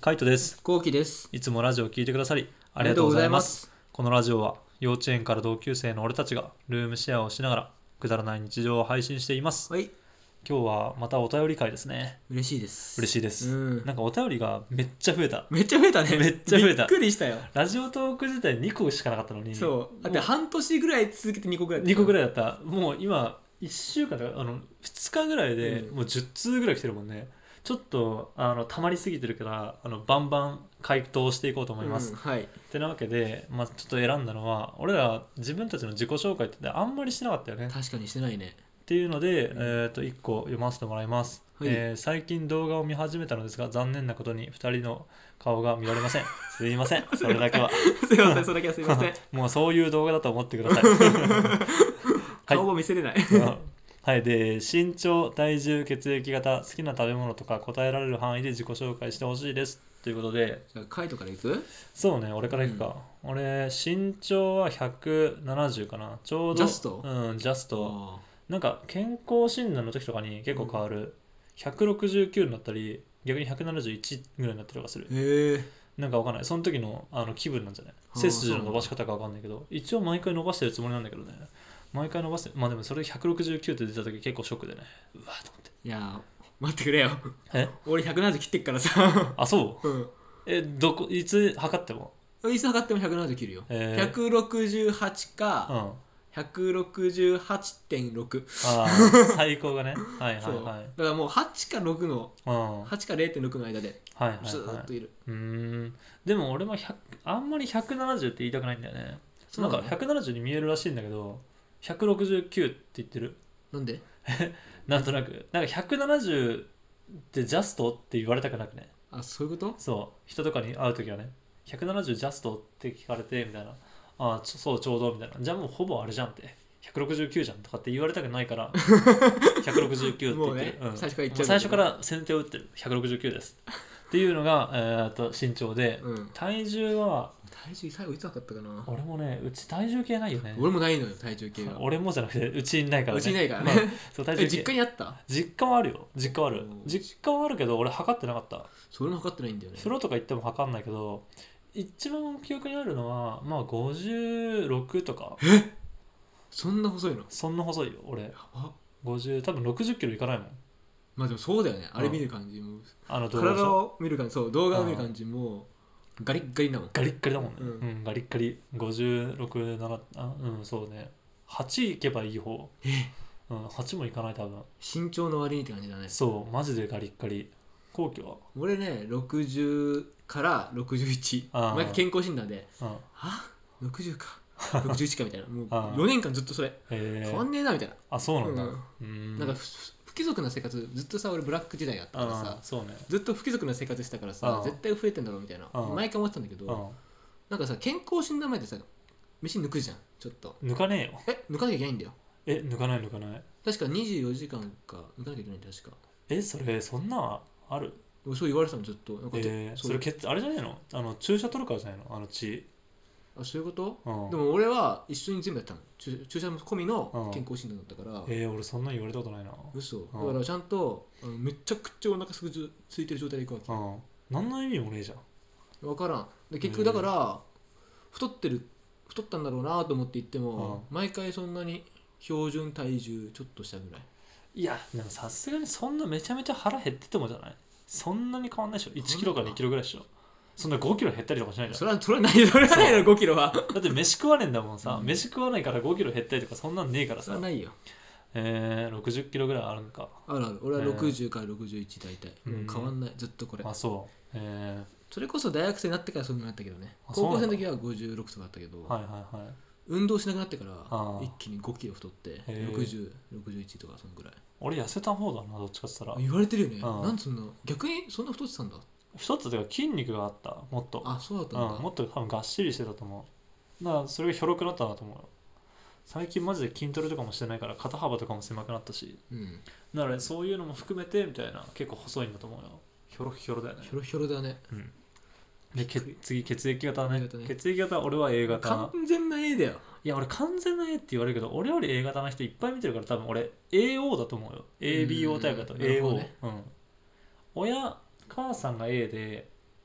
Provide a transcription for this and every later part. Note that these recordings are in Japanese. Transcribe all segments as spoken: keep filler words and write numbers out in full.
カイトです。 コウキです。 いつもラジオを聞いてくださりありがとうございます。このラジオは幼稚園から同級生の俺たちがルームシェアをしながらくだらない日常を配信しています。 はい。 今日はまたお便り会ですね。 嬉しいです。 嬉しいです。 うんなんかお便りがめっちゃ増えた。 めっちゃ増えたね。 めっちゃ増えた。 びっくりしたよ。 ラジオトーク自体にこしかなかったのに。 そう。だって半年ぐらい続けてにこぐらいだった。 にこぐらいだった。もう今いっしゅうかんとかあのふつかぐらいでもうじゅっつうぐらい来てるもんね。ちょっとあの溜まりすぎてるからあのバンバン回答していこうと思います。 うん、はい。 ってなわけで、まあ、ちょっと選んだのは俺ら自分たちの自己紹介ってあんまりしてなかったよね。 確かにしてないね。 っていうので、 うん、 えー、といっこ読ませてもらいます、 はい。 えー最近動画を見始めたのですが残念なことにふたりの顔が見られません。すいませんそれだけはすいません、それだけはすいません。 もうそういう動画だと思ってください顔を見せれない。 はい、で身長、体重、血液型、好きな食べ物とか答えられる範囲で自己紹介してほしいですということで。 じゃあカイトからいく？ そうね、俺からいくか、うん、俺身長はひゃくななじゅうかな、ちょうど。 ジャスト？ うんジャスト。なんか健康診断の時とかに結構変わる、うん、ひゃくろくじゅうきゅうになったり逆にひゃくななじゅういちぐらいになったりとかする。 へえ。 なんかわかんない、その時のあの気分なんじゃない。背筋の伸ばし方かわかんないけど一応毎回伸ばしてるつもりなんだけどね。毎回伸ばして、まあでもそれひゃくろくじゅうきゅうって出た時結構ショックでね、うわーと思って。 いや待ってくれよ。 え俺ひゃくななじゅう切ってっからさ。 あ、そう、 うん、 えどこいつ測ってもいつ測ってもひゃくななじゅう切るよ、 えー、 ひゃくろくじゅうはちか、 うんひゃくろくじゅうはちてんろく。 あ最高がねはいはいはい。 だからもうはちかろくの、 うん、 はちか れいてんろくの間ではいはいはい、 ずーっといる。 うーんでも俺もひゃくあんまりひゃくななじゅうって言いたくないんだよね。なんかひゃくななじゅうに見えるらしいんだけどひゃくろくじゅうきゅうって言ってる。 なんで？ なんとなくなんかひゃくななじゅうってジャストって言われたくなくね。 あ、そういうこと？ そう人とかに会うときはねひゃくななじゅうジャストって聞かれてみたいな、あちょそうちょうどみたいな、じゃあもうほぼあれじゃんってひゃくろくじゅうきゅうじゃんとかって言われたくないからひゃくろくじゅうきゅうって言ってる。 もうね、うん、最初から言っちゃう。 最初から先手を打ってるひゃくろくじゅうきゅうですっていうのが、えー、と身長で、うん、体重は体重最後いつ分かったかな。 俺もねうち体重計ないよね。 俺もないのよ体重計は。 俺もじゃなくてうちにないからね。 うちにないからね、まあ、 そう体重計実家にあった？ 実家はあるよ。実家はある実家はあるけど俺測ってなかった。 それも測ってないんだよね。 風呂とか行っても測んないけど一番記憶にあるのはまあごじゅうろくとか。 えそんな細いの？ そんな細いよ俺。 やば。 ごじゅう多分ろくじゅっキロいかないもん。 まあでもそうだよね、あれ見る感じも、うん、 あの動画体を見る感じ、そう動画を見る感じもガリッガリだもん。 ガリッガリだもんね、 うん、 うん、ガリッガリごじゅうろく、ななあうんそうねはちいけばいい方。 えうん、はちもいかない多分。 身長の割にって感じだね。 そうマジでガリッガリ。皇居は俺ねろくじゅうからろくじゅういち、毎回健康診断で、 うん、 あろくじゅうかろくじゅういちかみたいな、もうよねんかんずっとそれ変わんねえなみたいな。 あそうなんだ、 うん、うんなんか不規則な生活ずっとさ、俺ブラック時代があったからさ、 そうね、 ずっと不規則な生活してたからさ、絶対増えてんだろうみたいな毎回思ってたんだけど、なんかさ健康診断前でさ飯抜くじゃん。ちょっと抜かねえよ。 え抜かなきゃいけないんだよ。 え抜かない抜かない。 確かにじゅうよじかんか抜かなきゃいけないんだよ確か。 えそれそんなある？ そう言われてたのずっと。なんかえー、それ血あれじゃないの？あの注射取るからじゃないの？あの血。 あそういうこと、 うん、 でも俺は一緒に全部やったの。注射も込みの健康診断だったから、 うん、えー、俺そんな言われたことないな。 嘘、うん、だからちゃんとあのめちゃくちゃお腹すくついてる状態でいくわけ。 うん、何の意味もねえじゃん。 分からん。で結局だから、えー、太ってる太ったんだろうなと思って言っても、うん、毎回そんなに標準体重ちょっとしたぐらい。 いやでもさすがにそんなめちゃめちゃ腹減っててもじゃない？そんなに変わんないでしょ。いちキロからにキロぐらいでしょ。そんなごキロ減ったりとかしないじゃん。 それはそれはないそれはないのごキロは。 だって飯食わねえんだもんさ、うん、飯食わないからごキロ減ったりとかそんなんねえからさ。 それはないよ。 えー、ろくじゅっキロぐらいあるんか。 あるある。俺はろくじゅうからろくじゅういち大体、えー、もう変わんない、ずっとこれ。 あそう、えー、 それこそ大学生になってからそういうのになったけどね。高校生の時はごじゅうろくとかあったけど、 はいはいはい、 運動しなくなってから一気にごキロ太ってろくじゅう、ろくじゅういちとかそのぐらい。 俺痩せた方だなどっちかって言ったら。 言われてるよね。なんそんな逆にそんな太ってたんだ。 太ったというか筋肉があったもっと。 あそうだったんだ、 うん、もっと多分がっしりしてたと思う。だからそれがひょろくなったなと思うよ。最近マジで筋トレとかもしてないから肩幅とかも狭くなったし、うん、だからそういうのも含めてみたいな結構細いんだと思うよ。ひょろひょろだよね。 ひょろひょろだね。 うん。で次血液型ね。血液型俺は A 型。 完全な A だよ。 いや俺完全な A って言われるけど俺より A 型の人いっぱい見てるから多分俺 エーオー だと思うよ。 エービーオー タイプだと エーオー、うん、親母さんが A で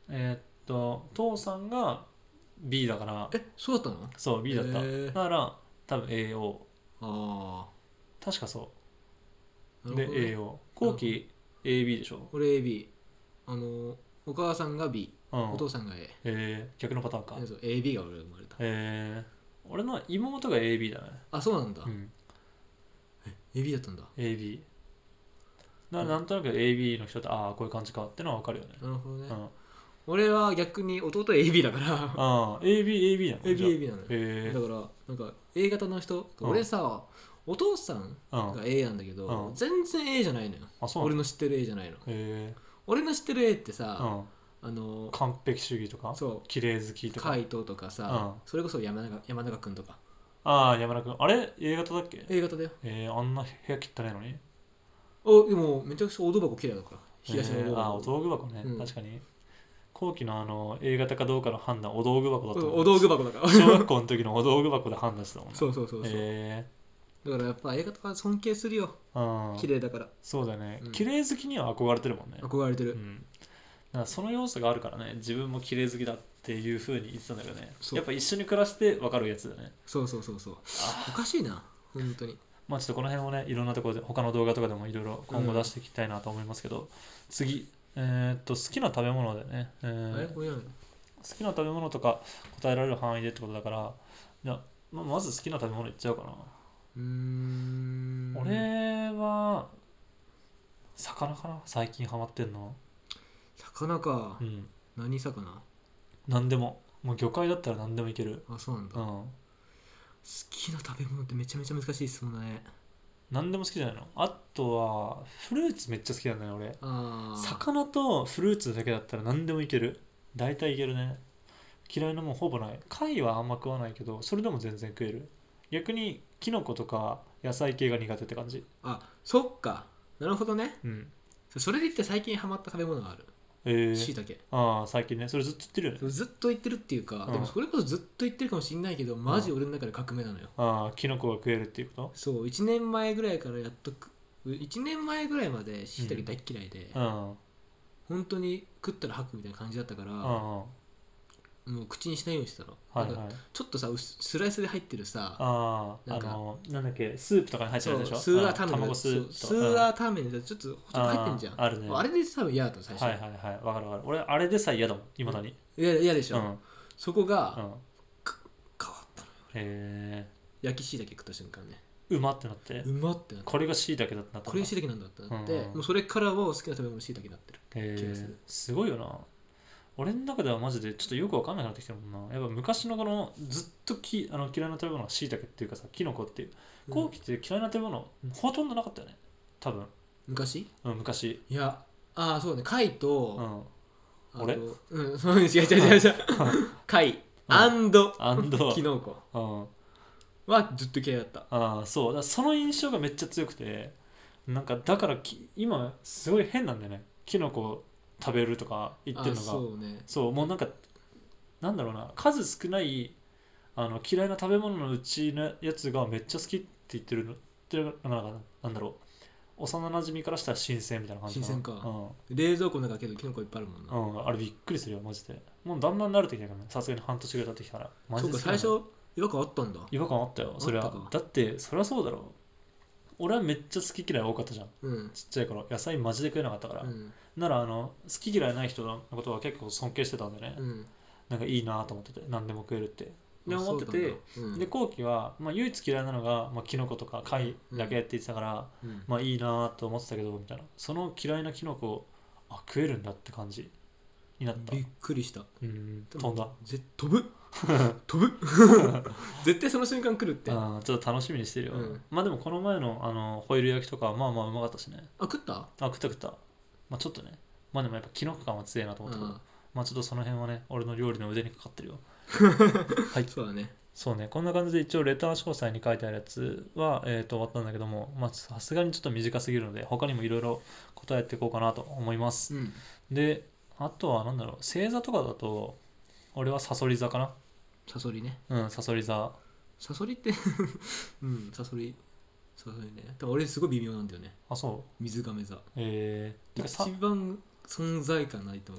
えー、っと父さんが B だから。 えそうだったの？ そう B だった、 えー、 だから多分 エーオー。 ああ確かそうで、 なるほど、ね、 エーオー 後期 エービー でしょ。 俺 エービー、 あのお母さんが B、 うん、 お父さんが A、 えー、逆のパターンか。 えそう エービー が俺が生まれた。 えー、俺の妹が エービー だね。 あそうなんだ、 うん、 え エービー だったんだ。 エービー な, なんとなく エービー の人ってああこういう感じかってのは分かるよね。 なるほどね、 うん、 俺は逆に弟 エービー だからああ エービー、エービー なのエービー、エービー なのよ、 えー、 だからなんか A 型の人、 うん俺さお父さんうんが A なんだけど、 うん全然 A じゃないのよ。 あそうなの。 俺の知ってる A じゃないの。 え俺の知ってる A ってー、 さ、 うんあの完璧主義とかそう綺麗好きとか。 カイトとかさ、 うんそれこそ山中山中君とかああ山田君あれ A 型だっけ。 A 型だよ。 えー、あんな部屋汚いのに。 おでもめちゃくちゃお道箱綺麗だから東のえー、ああおお道道具箱ね、 うん確かに後期のあの A 型かどうかの判断お道具箱だったもん。 箱お道具箱だから小学校の時のお道具箱で判断してたもんね。 そうそうそうそう、 えだからやっぱ A 型は尊敬するよ。 ー、うん綺麗だからそうだね、 うん綺麗好きには憧れてるもんね。 憧れてる、 うん、だからその要素があるからね自分も綺麗好きだっていう風に言ってたんだけどね、 そうやっぱ一緒に暮らして分かるやつだね。 そうそうそうそうあおかしいな本当に。 まあちょっとこの辺をねいろんなところで他の動画とかでもいろいろ今後出していきたいなと思いますけど、次えー、っと好きな食べ物でね、えーえこれやる好きな食べ物とか答えられる範囲でってことだからじゃあ、まあ、まず好きな食べ物いっちゃおうかな。 うーん俺は魚かな最近ハマってんの。 魚か、 うん何魚？ 何でももう魚介だったら何でもいける。 あそうなんだ、好うんきな食べ物ってめちゃめちゃ難しい質問だね。 何でも好きじゃないの。あとはフルーツめっちゃ好きなんだよ俺。 あー魚とフルーツだけだったら何でもいける。大体いけるね。嫌いなもんほぼない。貝はあんま食わないけどそれでも全然食える。逆にキノコとか野菜系が苦手って感じ。 あそっかなるほどね。 うんそれで言って最近ハマった食べ物がある。 えー、 しいたけ。 ああ最近ねそれずっと言ってるよね。 ずっと言ってるっていうか、 うんでもそれこそずっと言ってるかもしれないけどマジ俺の中で革命なのよ。 ああキノコが食えるっていうこそういちねんまえぐらいからやっとくいちねんまえぐらいまでしいたけ大っ嫌いで、 と。うん本当に食ったら吐くみたいな感じだったから、 うんうんもう口にしないようにしてたの。 はいはいなんかちょっとさうすスライスで入ってるさ、 あああなんかのなんだっけスープとかに入ってそうるでしょ。 スーラーターメン卵スープとスーラーターメンでちょっとちょっと入ってんじゃん。 あーあるねあれで多分嫌だった最初。 はいはいはいわかるわかる。俺あれでさえ嫌だもんいまだに。 いや嫌でしょ、 うんうんそこが、 へ変わったのよ。 え焼きしいたけ食った瞬間ねうまってなってうまってなってこれがしいたけだってなったんだ。 これしいたけなんだってなって、 うんもうそれからは好きな食べ物しいたけになってるへえ気がする。 すごいよな。俺の中ではマジでちょっとよくわかんなくなってきてるもんな。やっぱ昔のこのずっときあの嫌いな食べ物はしいたけっていうかさキノコっていううん後期って嫌いな食べ物ほとんどなかったよね多分、 昔うん、昔いやああそうね貝うと、 んあと俺うんそう違う違う違う違う貝アンドアンドキノコうんはずっと嫌いだった。 ああそうだからその印象がめっちゃ強くてなんかだからき今すごい変なんだよねキノコ食べるとか言ってるのが。 あそうねそうもうなんかなんだろうな数少ないあの嫌いな食べ物のうちのやつがめっちゃ好きって言ってるのってるのがなんだろう幼なじみからしたら新鮮みたいな感じ新鮮かうん冷蔵庫の中けどキノコいっぱいあるもんな、 うん、あれびっくりするよマジで。もうだんだん慣れてきたからねさすがに半年ぐらい経ってきたらマジそうで好きなの。 か最初違和感あったんだ。 違和感あったよそれはあったかだってそりゃそうだろ。俺はめっちゃ好き嫌い多かったじゃんうんちっちゃい頃野菜マジで食えなかったから、 うんならあの好き嫌いない人のことは結構尊敬してたんでね、 うんなんかいいなと思ってて何でも食えるってで思ってて、 そうなんだうんで後期は、まあ、唯一嫌いなのが、まあ、キノコとか貝だけって言ってたから、 うんまあいいなと思ってたけどみたいなその嫌いなキノコをあ食えるんだって感じになった。 びっくりした。 うん飛んだぜ飛ぶ飛ぶ絶対その瞬間来るって。ああーちょっと楽しみにしてるよ、 うんまあでもこの前のあのホイル焼きとかはまあまあうまかったしね。 食ったあ食った食ったまあちょっとねまあでもやっぱキノコ感は強いなと思ったけど、 うんまあちょっとその辺はね俺の料理の腕にかかってるよはいそうだね。 そうねこんな感じで一応レター詳細に書いてあるやつは、えー、と終わったんだけどもまあさすがにちょっと短すぎるので他にもいろいろ答えていこうかなと思います。 うんであとはなんだろう星座とかだと俺はサソリ座かな。 サソリね。 うんサソリ座。 サソリってうんサソリサソリね。でも俺すごい微妙なんだよね。 あそ水亀座。 うえー、てかさ一番存在感ないと思う。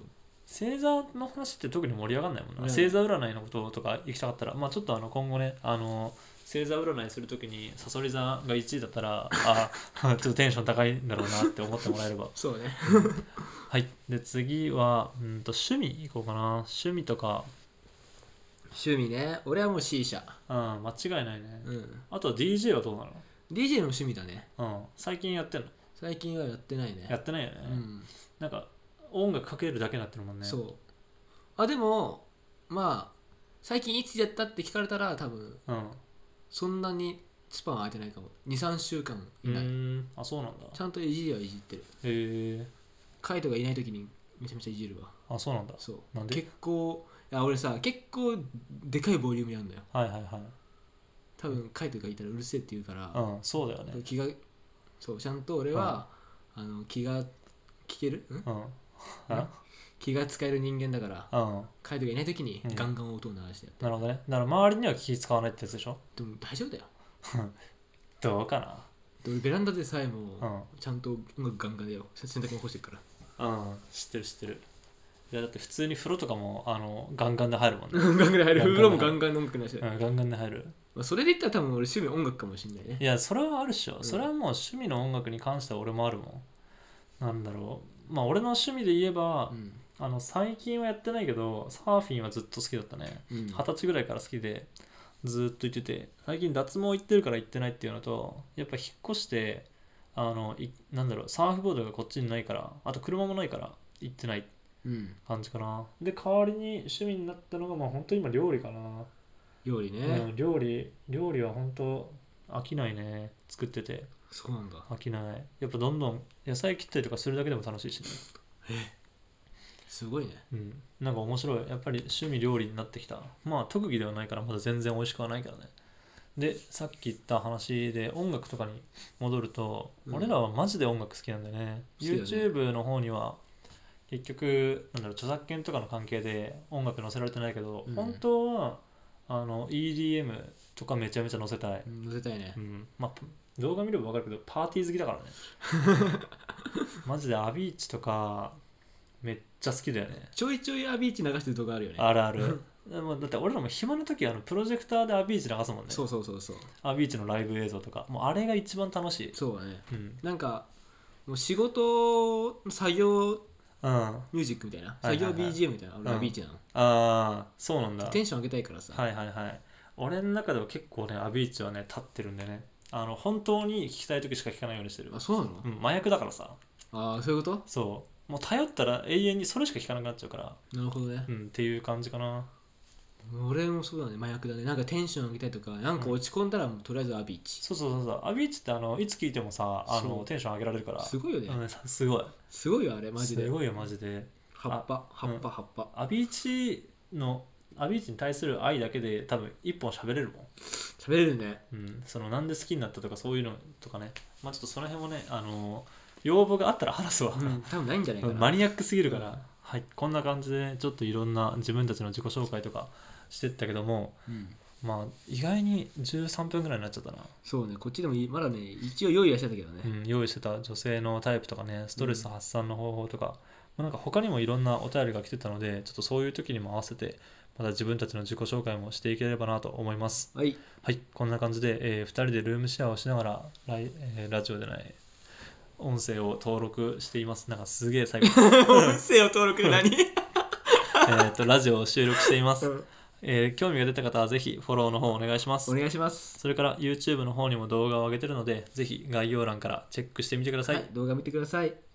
星座の話って特に盛り上がんないもんな、 うん、 星座占いのこととか行きたかったら、まあちょっとあの今後ねあの星座占いするときにさそり座がいちいだったらあちょっとテンション高いんだろうなって思ってもらえればそうねはいで次はうんと趣味いこうかな。趣味とか趣味ね、俺はもう C 社。 うん間違いないね、 うん、 あとは ディージェー はどうなの？ ディージェー の趣味だね。 うん最近やってんの？ 最近はやってないね。 やってないよね、 うん、 なんか音楽かけるだけになってるもんね。 そうあでもまあ最近いつやったって聞かれたら多分うんそんなにスパン空いてないかも。 にさんしゅうかんいない。 うーんあそうなんだ。 ちゃんといじりはいじってる。 へえカイトがいない時にめちゃめちゃいじるわ。 あそうなんだ。 そうなんで？ 結構いや俺さ結構でかいボリュームやるんだよ。 はいはいはい多分カイトがいたらうるせえって言うから、 うんそうだよね。 気がそうちゃんと俺は、あの気が聞けるんうんあ気が使える人間だからうんカイトがいない時にうんガンガン音を流してやって、 なるほどね。だから周りには気使わないってやつでしょ？ でも大丈夫だよ。 どうかな。 で俺ベランダでさえもうんちゃんと音楽ガンガンだよ。洗濯物干してるからうん知ってる知ってる。いやだって普通に風呂とかもあのガンガンで入るもんね。 ガンガンで入る。 ガンガンで入る風呂もガンガンの音楽なしで、 うんガンガンで入る。 まあ、それで言ったら多分俺趣味音楽かもしんないね。 いやそれはあるっしょ、 うん、 それはもう趣味の音楽に関しては俺もあるもん。なんだろうまあ俺の趣味で言えば、 うん、 あの最近はやってないけどサーフィンはずっと好きだったね。 うん、 二十歳ぐらいから好きでずっと行ってて、最近脱毛行ってるから行ってないっていうのと、やっぱ引っ越してあのいなんだろうサーフボードがこっちにないから、あと車もないから行ってないうん感じかな。で代わりに趣味になったのがまあ本当に今料理かな。 料理ね、 うん、料理料理は本当飽きないね。作っててそうなんだ。 飽きない。やっぱどんどん野菜切ったりとかするだけでも楽しいしね。 すごいね。 うんなんか面白い。やっぱり趣味料理になってきた。まあ特技ではないからまだ全然美味しくはないからね。でさっき言った話で音楽とかに戻ると、うん、俺らはマジで音楽好きなんだよね。ね YouTube の方には結局なんだろう著作権とかの関係で音楽載せられてないけど、うん、本当はあの イーディーエム とかめちゃめちゃ載せたい。 載せたいね。 うんまあ、動画見れば分かるけどパーティー好きだからね。マジでアビーチとかめっちゃ好きだよね。 ちょいちょいアビーチ流してる動画あるよね。 あるある。でもだって俺らも暇な時あのプロジェクターでアビーチ流すもんね。 そうそうそうそう。 アビーチのライブ映像とかもうあれが一番楽しい。 そうだね、 うん、 なんかもう仕事作業うん、 ミュージックみたいな、 はいはいはい、 作業 ビージーエム みたいな、俺はビーチなの、うん、 ああそうなんだ。 テンション上げたいからさ。 はいはいはい。俺の中では結構ねアビーチはね立ってるんでね、あの本当に聞きたい時しか聞かないようにしてる。 あそうなの、 うん、麻薬だからさ。 ああそういうこと。 そうもう頼ったら永遠にそれしか聞かなくなっちゃうから。 なるほどね、 うん、っていう感じかな。 俺もそうだね、麻薬だね。なんかテンション上げたいとかなんか落ち込んだらもうとりあえずアビーチ、 うん、そうそうそうそう。アビーチってあのいつ聞いてもさあのテンション上げられるからすごいよね、 うん、すごいすごいよあれマジで。 すごいよマジで。 葉っぱ葉っぱ葉っぱ、 うん、アビーチのアビーチに対する愛だけで多分一本喋れるもん。 喋れるね。 うん、そのなんで好きになったとかそういうのとかね、まあちょっとその辺もねあの要望があったら話すわ、 うん、多分ないんじゃないかな。 マニアックすぎるから、うん、はいこんな感じで、ね、ちょっといろんな自分たちの自己紹介とかしてったけども、うん、まあ意外にじゅうさんぷんぐらいになっちゃったな。 そうね、こっちでもまだね一応用意はしてたけどね、 うん、用意してた女性のタイプとかねストレス発散の方法とか、うんまあ、なんか他にもいろんなお便りが来てたのでちょっとそういう時にも合わせてまた自分たちの自己紹介もしていければなと思います。 はい、 はい、こんな感じで、えー、ふたりでルームシェアをしながらライ、えー、ラジオでない音声を登録しています。なんかすげえ最後音声を登録で何えとラジオを収録しています、 うんえー、興味が出た方はぜひフォローの方お願いします。 お願いします。 それから YouTube の方にも動画を上げてるのでぜひ概要欄からチェックしてみてください、 はい、動画見てください。